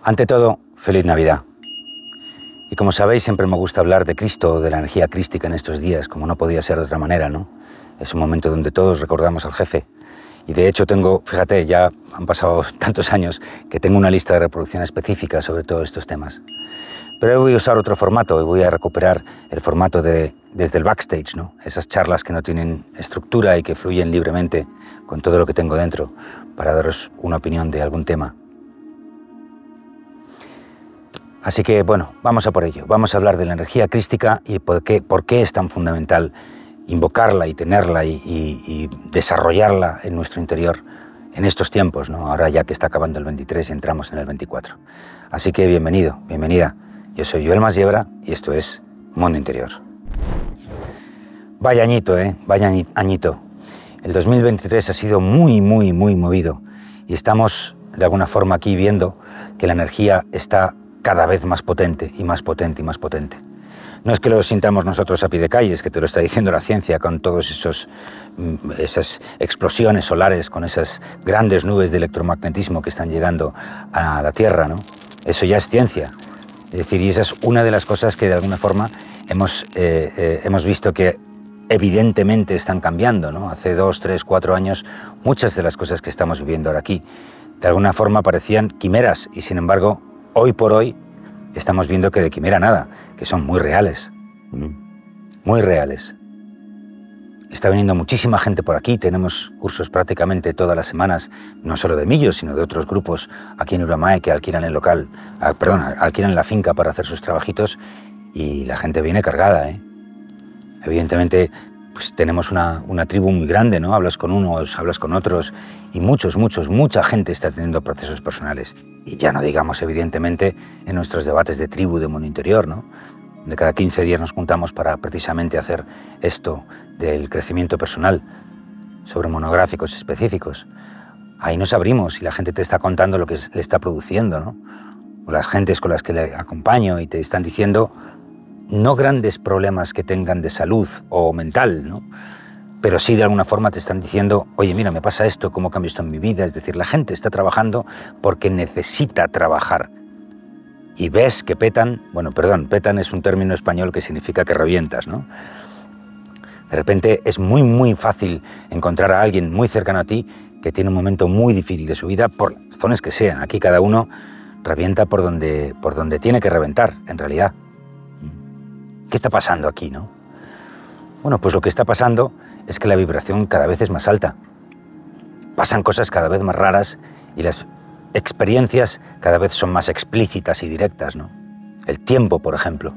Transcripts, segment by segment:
Ante todo, feliz Navidad. Y como sabéis, siempre me gusta hablar de Cristo, de la energía crística en estos días, como no podía ser de otra manera, ¿no? Es un momento donde todos recordamos al jefe. Y de hecho tengo, fíjate, ya han pasado tantos años que tengo una lista de reproducción específica sobre todos estos temas. Pero hoy voy a usar otro formato y voy a recuperar el formato desde el backstage, ¿no? Esas charlas que no tienen estructura y que fluyen libremente con todo lo que tengo dentro para daros una opinión de algún tema. Así que, bueno, vamos a por ello. Vamos a hablar de la energía crística y por qué es tan fundamental invocarla y tenerla y desarrollarla en nuestro interior en estos tiempos, ¿no? Ahora ya que está acabando el 23 y entramos en el 24. Así que bienvenido, bienvenida. Yo soy Joel Masiebra y esto es Mundo Interior. Vaya añito, vaya añito. El 2023 ha sido muy movido y estamos de alguna forma aquí viendo que la energía está cada vez más potente y más potente y más potente. No es que lo sintamos nosotros a pie de calle, es que te lo está diciendo la ciencia con todas esas explosiones solares, con esas grandes nubes de electromagnetismo que están llegando a la Tierra, ¿no? Eso ya es ciencia. Es decir, y esa es una de las cosas que de alguna forma hemos visto que evidentemente están cambiando, ¿no? Hace 2, 3, 4 años, muchas de las cosas que estamos viviendo ahora aquí, de alguna forma parecían quimeras y sin embargo, hoy por hoy estamos viendo que de quimera nada, que son muy reales, muy reales. Está viniendo muchísima gente por aquí, tenemos cursos prácticamente todas las semanas, no solo de Millos, sino de otros grupos aquí en Uramae que alquilan el local, alquilan la finca para hacer sus trabajitos y la gente viene cargada, ¿eh? Evidentemente, pues tenemos una tribu muy grande, ¿no? Hablas con unos, hablas con otros y mucha gente está teniendo procesos personales. Y ya no digamos, evidentemente, en nuestros debates de tribu, de mundo interior, ¿no? De cada 15 días nos juntamos para precisamente hacer esto del crecimiento personal sobre monográficos específicos. Ahí nos abrimos y la gente te está contando lo que le está produciendo, ¿no? O las gentes con las que le acompaño y te están diciendo no grandes problemas que tengan de salud o mental, ¿no? Pero sí de alguna forma te están diciendo, oye, mira, me pasa esto, ¿cómo cambio esto en mi vida? Es decir, la gente está trabajando porque necesita trabajar. Y ves que petan, petan es un término español que significa que revientas, ¿no? De repente es muy fácil encontrar a alguien muy cercano a ti que tiene un momento muy difícil de su vida, por las razones que sean. Aquí cada uno revienta por donde tiene que reventar, en realidad. ¿Qué está pasando aquí, no? Bueno, pues lo que está pasando es que la vibración cada vez es más alta. Pasan cosas cada vez más raras y las experiencias cada vez son más explícitas y directas, ¿no? El tiempo, por ejemplo.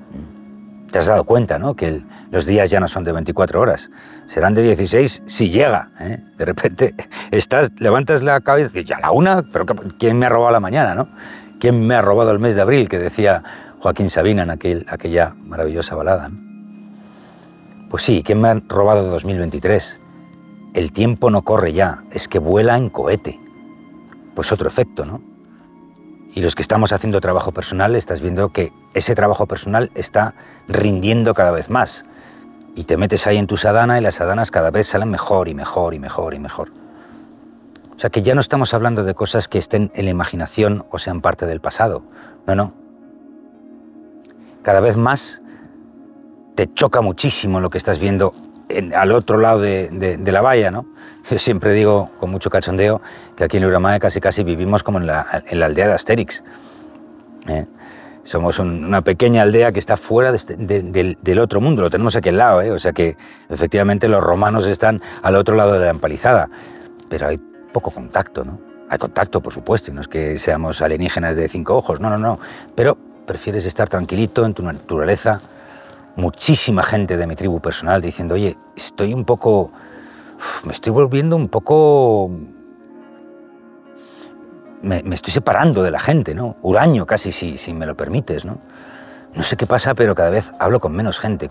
Te has dado cuenta, ¿no? Que los días ya no son de 24 horas. Serán de 16 si llega, ¿eh? De repente levantas la cabeza y ya la 1, pero ¿quién me ha robado la mañana, no? ¿Quién me ha robado el mes de abril? Que decía Joaquín Sabina en aquella maravillosa balada, ¿no? Pues sí, ¿quién me ha robado 2023? El tiempo no corre ya, es que vuela en cohete. Pues otro efecto, ¿no? Y los que estamos haciendo trabajo personal, estás viendo que ese trabajo personal está rindiendo cada vez más. Y te metes ahí en tu sadhana y las sadhanas cada vez salen mejor y mejor y mejor y mejor. O sea que ya no estamos hablando de cosas que estén en la imaginación o sean parte del pasado. No. Cada vez más te choca muchísimo lo que estás viendo al otro lado de la valla, ¿no? Yo siempre digo, con mucho cachondeo, que aquí en Uramae casi vivimos como en la aldea de Asterix. Somos una pequeña aldea que está fuera del otro mundo, lo tenemos aquí al lado, ¿eh? O sea que efectivamente los romanos están al otro lado de la empalizada, pero hay poco contacto, ¿no? Hay contacto, por supuesto, y no es que seamos alienígenas de 5 ojos, no, pero prefieres estar tranquilito en tu naturaleza. Muchísima gente de mi tribu personal diciendo, oye, me estoy volviendo un poco... Me estoy separando de la gente, ¿no? Huraño casi, si me lo permites, ¿no? No sé qué pasa, pero cada vez hablo con menos gente.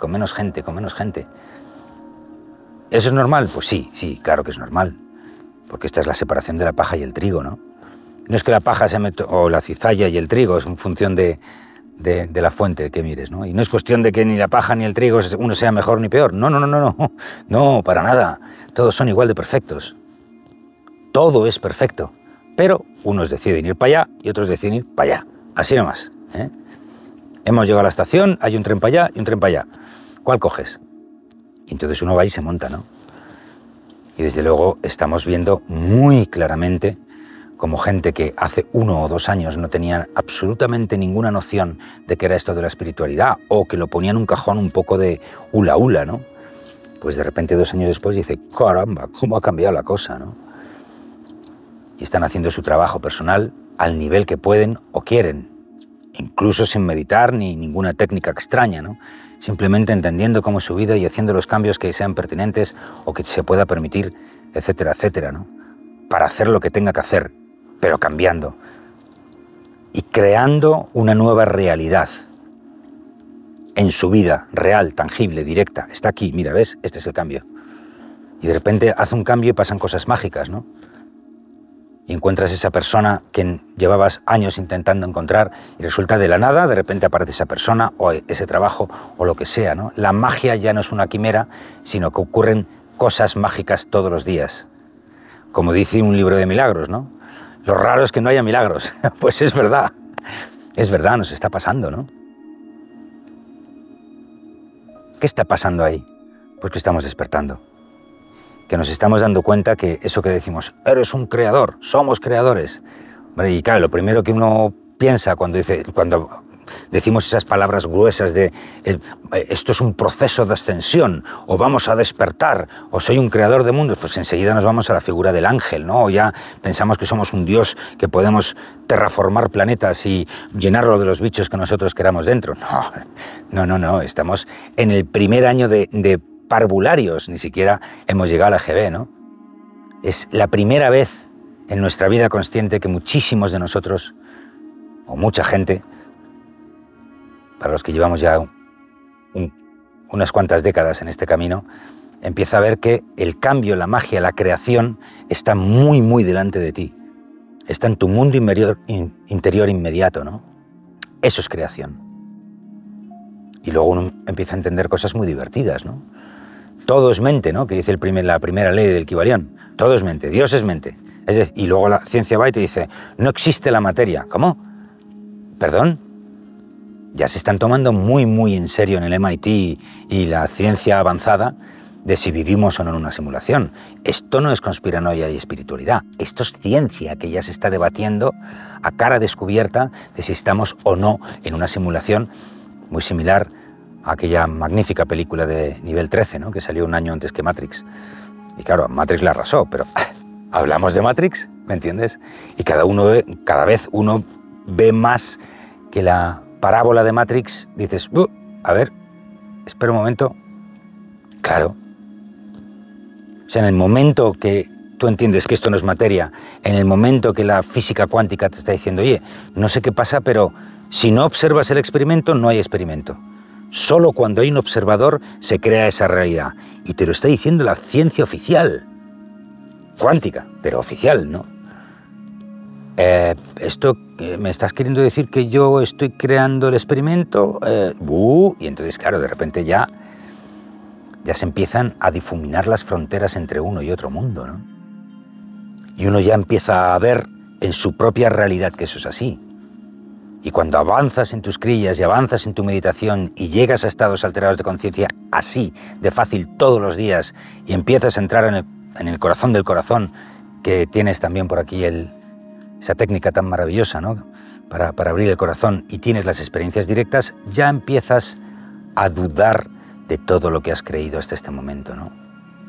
¿Eso es normal? Pues sí, claro que es normal. Porque esta es la separación de la paja y el trigo, ¿no? No es que la paja o la cizalla y el trigo es en función de la fuente que mires, ¿no? Y no es cuestión de que ni la paja ni el trigo uno sea mejor ni peor. No, para nada. Todos son igual de perfectos. Todo es perfecto. Pero unos deciden ir para allá y otros deciden ir para allá. Así nomás, ¿eh? Hemos llegado a la estación, hay un tren para allá y un tren para allá. ¿Cuál coges? Y entonces uno va y se monta, ¿no? Y desde luego estamos viendo muy claramente como gente que hace 1 o 2 años no tenían absolutamente ninguna noción de qué era esto de la espiritualidad, o que lo ponían en un cajón un poco de hula hula, ¿no? Pues de repente 2 años después dice, caramba, cómo ha cambiado la cosa, ¿no? Y están haciendo su trabajo personal al nivel que pueden o quieren, incluso sin meditar ni ninguna técnica extraña, ¿no? Simplemente entendiendo cómo es su vida y haciendo los cambios que sean pertinentes o que se pueda permitir, etcétera, etcétera, ¿no? Para hacer lo que tenga que hacer, pero cambiando y creando una nueva realidad en su vida, real, tangible, directa. Está aquí, mira, ¿ves? Este es el cambio. Y de repente hace un cambio y pasan cosas mágicas, ¿no? Y encuentras esa persona que llevabas años intentando encontrar y resulta de la nada, de repente aparece esa persona o ese trabajo o lo que sea, ¿no? La magia ya no es una quimera, sino que ocurren cosas mágicas todos los días. Como dice un libro de milagros, ¿no? Lo raro es que no haya milagros. Pues es verdad, nos está pasando, ¿no? ¿Qué está pasando ahí? Pues que estamos despertando. Que nos estamos dando cuenta que eso que decimos, eres un creador, somos creadores. Y claro, lo primero que uno piensa cuando decimos esas palabras gruesas de esto es un proceso de ascensión, o vamos a despertar, o soy un creador de mundos, pues enseguida nos vamos a la figura del ángel, ¿no? O ya pensamos que somos un dios que podemos terraformar planetas y llenarlo de los bichos que nosotros queramos dentro. No, estamos en el primer año de parvularios, ni siquiera hemos llegado a la GB, ¿no? Es la primera vez en nuestra vida consciente que muchísimos de nosotros, o mucha gente, para los que llevamos ya unas cuantas décadas en este camino, empieza a ver que el cambio, la magia, la creación está muy, muy delante de ti. Está en tu mundo interior inmediato, ¿no? Eso es creación. Y luego uno empieza a entender cosas muy divertidas, ¿no? Todo es mente, ¿no? Que dice la primera ley del Kybalión. Todo es mente, Dios es mente. Es decir, y luego la ciencia va y te dice, no existe la materia. ¿Cómo? ¿Perdón? Ya se están tomando muy, muy en serio en el MIT y la ciencia avanzada de si vivimos o no en una simulación. Esto no es conspiranoia y espiritualidad. Esto es ciencia que ya se está debatiendo a cara descubierta de si estamos o no en una simulación muy similar a aquella magnífica película de Nivel 13, ¿no? Que salió un año antes que Matrix. Y claro, Matrix la arrasó, pero hablamos de Matrix, ¿me entiendes? Y cada vez uno ve más que la parábola de Matrix, dices, a ver, espera un momento. Claro. O sea, en el momento que tú entiendes que esto no es materia, en el momento que la física cuántica te está diciendo, oye, no sé qué pasa, pero si no observas el experimento, no hay experimento. Solo cuando hay un observador se crea esa realidad. Y te lo está diciendo la ciencia oficial. Cuántica, pero oficial, ¿no? Esto, ¿me estás queriendo decir que yo estoy creando el experimento? Y entonces, claro, de repente ya se empiezan a difuminar las fronteras entre uno y otro mundo, ¿no? Y uno ya empieza a ver en su propia realidad que eso es así. Y cuando avanzas en tus crillas y avanzas en tu meditación y llegas a estados alterados de conciencia así, de fácil, todos los días, y empiezas a entrar en el corazón del corazón, que tienes también por aquí esa técnica tan maravillosa, ¿no? Para abrir el corazón, y tienes las experiencias directas, ya empiezas a dudar de todo lo que has creído hasta este momento, ¿no?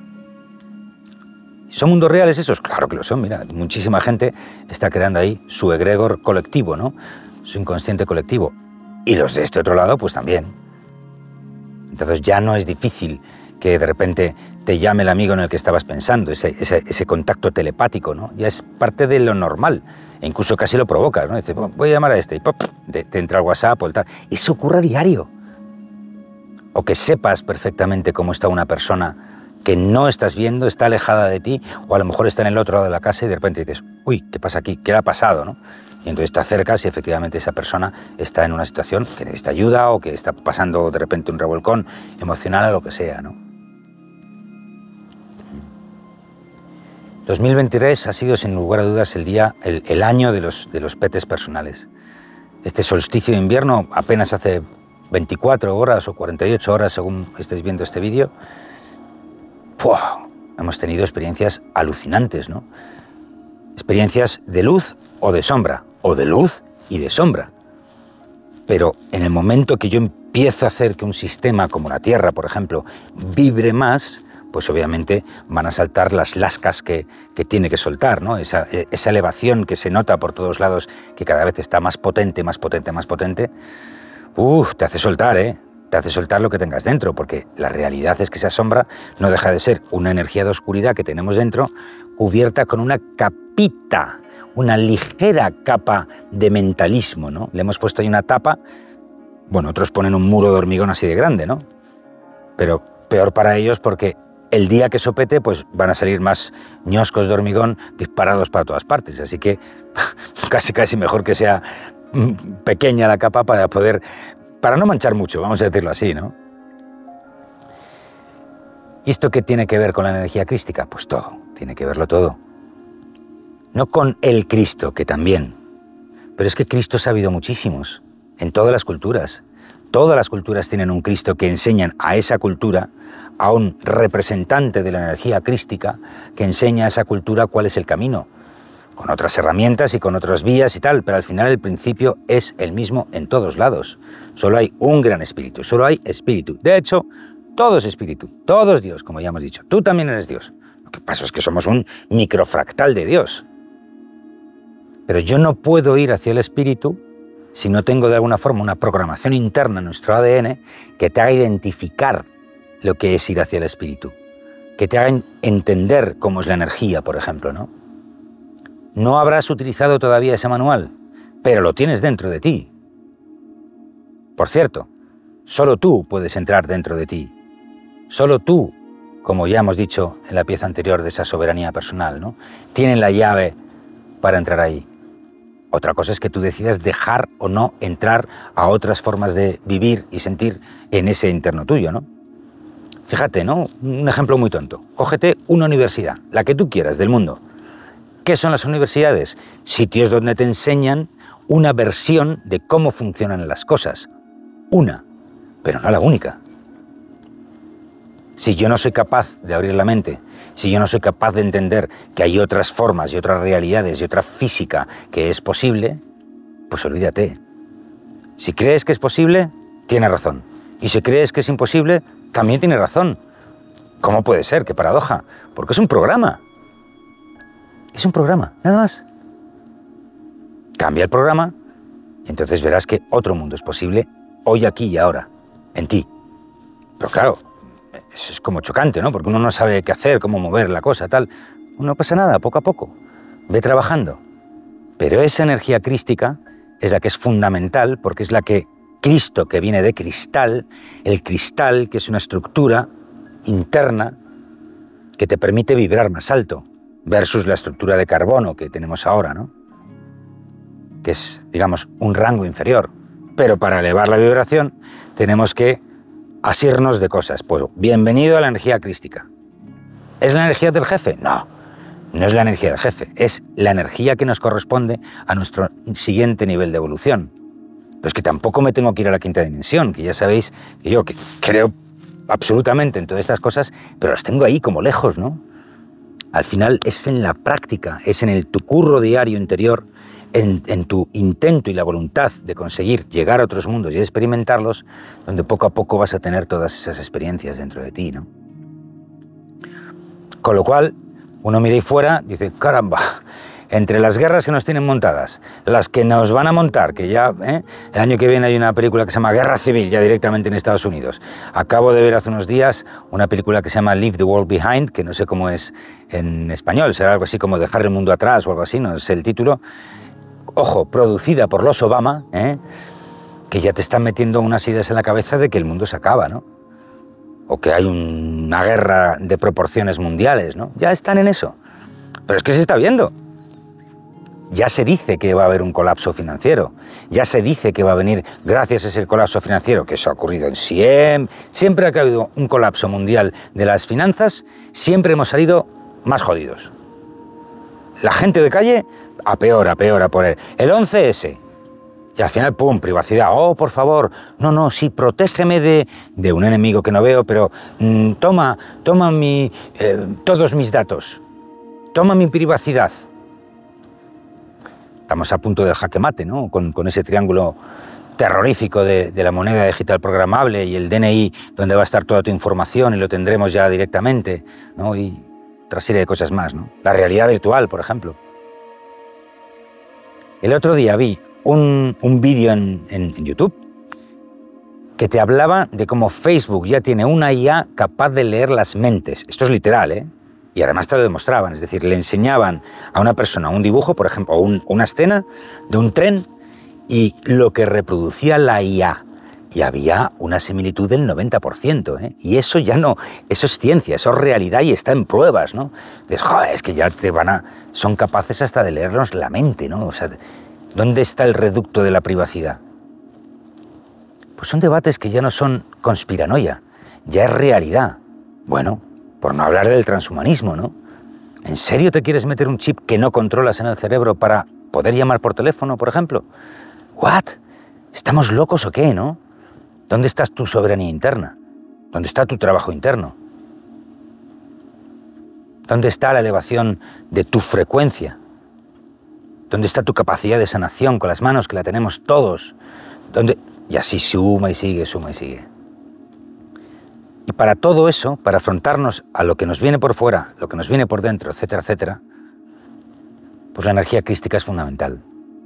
¿Son mundos reales esos? Claro que lo son, mira, muchísima gente está creando ahí su egregor colectivo, ¿no? Su inconsciente colectivo. Y los de este otro lado, pues también. Entonces ya no es difícil que de repente te llame el amigo en el que estabas pensando, ese contacto telepático, ¿no? Ya es parte de lo normal, e incluso casi lo provocas, ¿no? Dices, voy a llamar a este, y ¡pop! Te entra el WhatsApp o el tal. Eso ocurre a diario. O que sepas perfectamente cómo está una persona que no estás viendo, está alejada de ti, o a lo mejor está en el otro lado de la casa y de repente dices, uy, ¿qué pasa aquí? ¿Qué le ha pasado, no? Y entonces te acercas y efectivamente esa persona está en una situación que necesita ayuda o que está pasando de repente un revolcón emocional o lo que sea, ¿no? 2023 ha sido sin lugar a dudas el año de los petes personales. Este solsticio de invierno, apenas hace 24 horas o 48 horas según estéis viendo este vídeo, hemos tenido experiencias alucinantes, ¿no? Experiencias de luz o de sombra, o de luz y de sombra. Pero en el momento que yo empiezo a hacer que un sistema como la Tierra, por ejemplo, vibre más, pues obviamente van a saltar las lascas que tiene que soltar, ¿no? Esa elevación que se nota por todos lados, que cada vez está más potente, más potente, más potente, te hace soltar, ¿eh? Te hace soltar lo que tengas dentro, porque la realidad es que esa sombra no deja de ser una energía de oscuridad que tenemos dentro, cubierta con una capita, una ligera capa de mentalismo, ¿no? Le hemos puesto ahí una tapa, bueno, otros ponen un muro de hormigón así de grande, ¿no? Pero peor para ellos porque el día que sopete, pues van a salir más ñoscos de hormigón disparados para todas partes, así que casi mejor que sea pequeña la capa para no manchar mucho, vamos a decirlo así, ¿no? ¿Y esto qué tiene que ver con la energía crística? Pues todo, tiene que verlo todo. No con el Cristo, que también, pero es que Cristos ha habido muchísimos, en todas las culturas. Todas las culturas tienen un Cristo que enseñan a esa cultura, a un representante de la energía crística, que enseña a esa cultura cuál es el camino, con otras herramientas y con otras vías y tal, pero al final el principio es el mismo en todos lados. Solo hay un gran espíritu, solo hay espíritu. De hecho, todo es espíritu, todo es Dios, como ya hemos dicho. Tú también eres Dios. Lo que pasa es que somos un microfractal de Dios. Pero yo no puedo ir hacia el espíritu si no tengo de alguna forma una programación interna en nuestro ADN que te haga identificar lo que es ir hacia el espíritu, que te haga entender cómo es la energía, por ejemplo, ¿no? No habrás utilizado todavía ese manual, pero lo tienes dentro de ti. Por cierto, solo tú puedes entrar dentro de ti. Solo tú, como ya hemos dicho en la pieza anterior de esa soberanía personal, ¿no? Tienes la llave para entrar ahí. Otra cosa es que tú decidas dejar o no entrar a otras formas de vivir y sentir en ese interno tuyo, ¿no? Fíjate, ¿no? Un ejemplo muy tonto. Cógete una universidad, la que tú quieras, del mundo. ¿Qué son las universidades? Sitios donde te enseñan una versión de cómo funcionan las cosas. Una, pero no la única. Si yo no soy capaz de abrir la mente, si yo no soy capaz de entender que hay otras formas y otras realidades y otra física que es posible, pues olvídate. Si crees que es posible, tienes razón. Y si crees que es imposible, también tienes razón. ¿Cómo puede ser? ¡Qué paradoja! Porque es un programa. Es un programa, nada más. Cambia el programa y entonces verás que otro mundo es posible hoy, aquí y ahora, en ti. Pero claro, eso es como chocante, ¿no? Porque uno no sabe qué hacer, cómo mover la cosa, tal. No pasa nada, poco a poco. Ve trabajando. Pero esa energía crística es la que es fundamental porque es la que Cristo, que viene de cristal, el cristal, que es una estructura interna que te permite vibrar más alto, versus la estructura de carbono que tenemos ahora, ¿no? Que es, digamos, un rango inferior. Pero para elevar la vibración tenemos que asirnos de cosas. Pues bienvenido a la energía crística. ¿Es la energía del jefe? No, no es la energía del jefe. Es la energía que nos corresponde a nuestro siguiente nivel de evolución. Pero es que tampoco me tengo que ir a la quinta dimensión, que ya sabéis que yo que creo absolutamente en todas estas cosas, pero las tengo ahí como lejos, ¿no? Al final es en la práctica, es en tu curro diario interior, en tu intento y la voluntad de conseguir llegar a otros mundos y experimentarlos, donde poco a poco vas a tener todas esas experiencias dentro de ti, ¿no? Con lo cual, uno mira ahí fuera, dice, caramba, entre las guerras que nos tienen montadas, las que nos van a montar, que ya, el año que viene hay una película que se llama Guerra Civil, ya directamente en Estados Unidos. Acabo de ver hace unos días una película que se llama Leave the World Behind, que no sé cómo es en español, será algo así como Dejar el mundo atrás o algo así, no sé el título. Ojo, producida por los Obama, que ya te están metiendo unas ideas en la cabeza de que el mundo se acaba, ¿no? O que hay una guerra de proporciones mundiales, ¿no? Ya están en eso. Pero es que se está viendo. Ya se dice que va a haber un colapso financiero. Ya se dice que va a venir, gracias a ese colapso financiero, que eso ha ocurrido siempre que ha habido un colapso mundial de las finanzas, siempre hemos salido más jodidos. La gente de calle, a peor, a por él. El 11S. Y al final, ¡pum!, privacidad. Oh, por favor, no, sí, protégeme de un enemigo que no veo, pero toma todos mis datos. Toma mi privacidad. Estamos a punto del jaque mate, ¿no? Con ese triángulo terrorífico de la moneda digital programable y el DNI, donde va a estar toda tu información y lo tendremos ya directamente, ¿no? Y otra serie de cosas más, ¿no? La realidad virtual, por ejemplo. El otro día vi un vídeo en YouTube que te hablaba de cómo Facebook ya tiene una IA capaz de leer las mentes. Esto es literal, ¿eh? Y además te lo demostraban, es decir, le enseñaban a una persona un dibujo, por ejemplo, o una escena de un tren y lo que reproducía la IA. Y había una similitud del 90%, ¿eh? Y eso ya no, eso es ciencia, eso es realidad y está en pruebas, ¿no? Dices, joder, es que ya son capaces hasta de leernos la mente, ¿no? O sea, ¿dónde está el reducto de la privacidad? Pues son debates que ya no son conspiranoia, ya es realidad. Bueno, por no hablar del transhumanismo, ¿no? ¿En serio te quieres meter un chip que no controlas en el cerebro para poder llamar por teléfono, por ejemplo? ¿What? ¿Estamos locos o qué, no? ¿Dónde está tu soberanía interna? ¿Dónde está tu trabajo interno? ¿Dónde está la elevación de tu frecuencia? ¿Dónde está tu capacidad de sanación con las manos que la tenemos todos? ¿Dónde? Y así suma y sigue, suma y sigue. Y para todo eso, para afrontarnos a lo que nos viene por fuera, lo que nos viene por dentro, etcétera, etcétera, pues la energía crística es fundamental.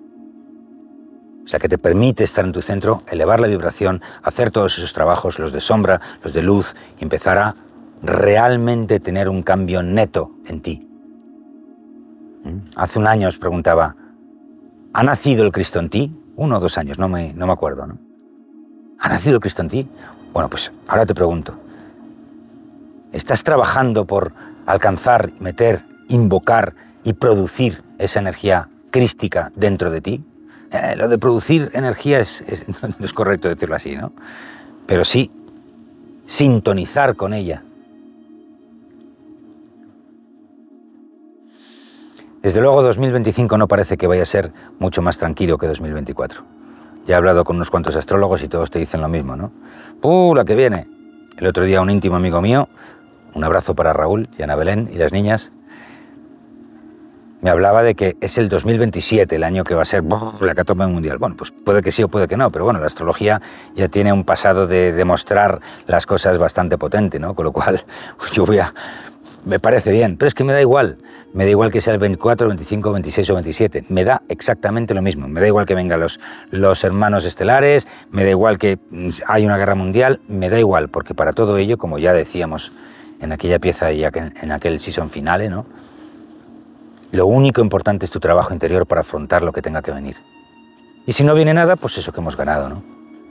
O sea, que te permite estar en tu centro, elevar la vibración, hacer todos esos trabajos, los de sombra, los de luz, y empezar a realmente tener un cambio neto en ti. Hace un año os preguntaba, ¿ha nacido el Cristo en ti? 1 o 2 años, no me acuerdo, ¿no? ¿Ha nacido el Cristo en ti? Bueno, pues ahora te pregunto, ¿estás trabajando por alcanzar, meter, invocar y producir esa energía crística dentro de ti? Lo de producir energía no es correcto decirlo así, ¿no? Pero sí sintonizar con ella. Desde luego 2025 no parece que vaya a ser mucho más tranquilo que 2024. Ya he hablado con unos cuantos astrólogos y todos te dicen lo mismo, ¿no? La que viene! El otro día un íntimo amigo mío, un abrazo para Raúl y Ana Belén y las niñas, me hablaba de que es el 2027, el año que va a ser la hecatombe mundial. Bueno, pues puede que sí o puede que no, pero bueno, la astrología ya tiene un pasado de demostrar las cosas bastante potente, ¿no? Con lo cual, me parece bien, pero es que me da igual que sea el 24, 25, 26 o 27, me da exactamente lo mismo, me da igual que vengan los hermanos estelares, me da igual que hay una guerra mundial, me da igual, porque para todo ello, como ya decíamos en aquella pieza y en aquel season finale, ¿no? Lo único importante es tu trabajo interior para afrontar lo que tenga que venir. Y si no viene nada, pues eso que hemos ganado, ¿no?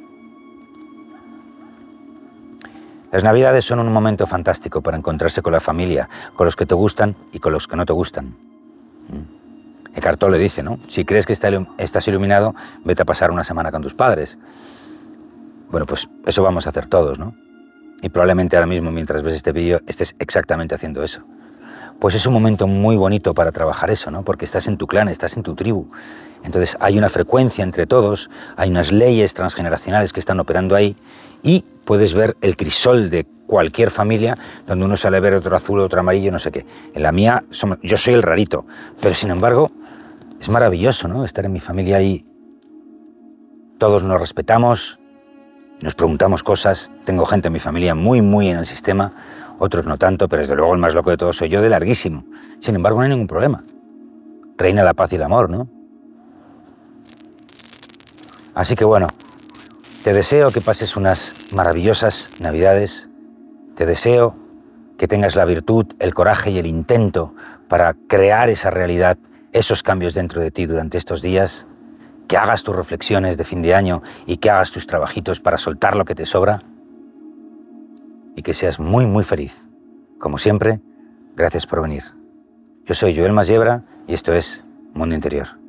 Las Navidades son un momento fantástico para encontrarse con la familia, con los que te gustan y con los que no te gustan. Eckhart Tolle dice, ¿no? Si crees que estás iluminado, vete a pasar una semana con tus padres. Bueno, pues eso vamos a hacer todos, ¿no? Y probablemente ahora mismo, mientras ves este vídeo, estés exactamente haciendo eso. Pues es un momento muy bonito para trabajar eso, ¿no? Porque estás en tu clan, estás en tu tribu. Entonces hay una frecuencia entre todos, hay unas leyes transgeneracionales que están operando ahí y puedes ver el crisol de cualquier familia donde uno sale verde, otro azul, otro amarillo, no sé qué. En la mía, yo soy el rarito, pero sin embargo es maravilloso, ¿no? Estar en mi familia ahí. Todos nos respetamos, nos preguntamos cosas. Tengo gente en mi familia muy en el sistema, otros no tanto, pero desde luego el más loco de todos soy yo, de larguísimo. Sin embargo, no hay ningún problema. Reina la paz y el amor, ¿no? Así que bueno, te deseo que pases unas maravillosas Navidades. Te deseo que tengas la virtud, el coraje y el intento para crear esa realidad, esos cambios dentro de ti durante estos días. Que hagas tus reflexiones de fin de año y que hagas tus trabajitos para soltar lo que te sobra. Y que seas muy feliz. Como siempre, gracias por venir. Yo soy Joel Masiebra y esto es Mundo Interior.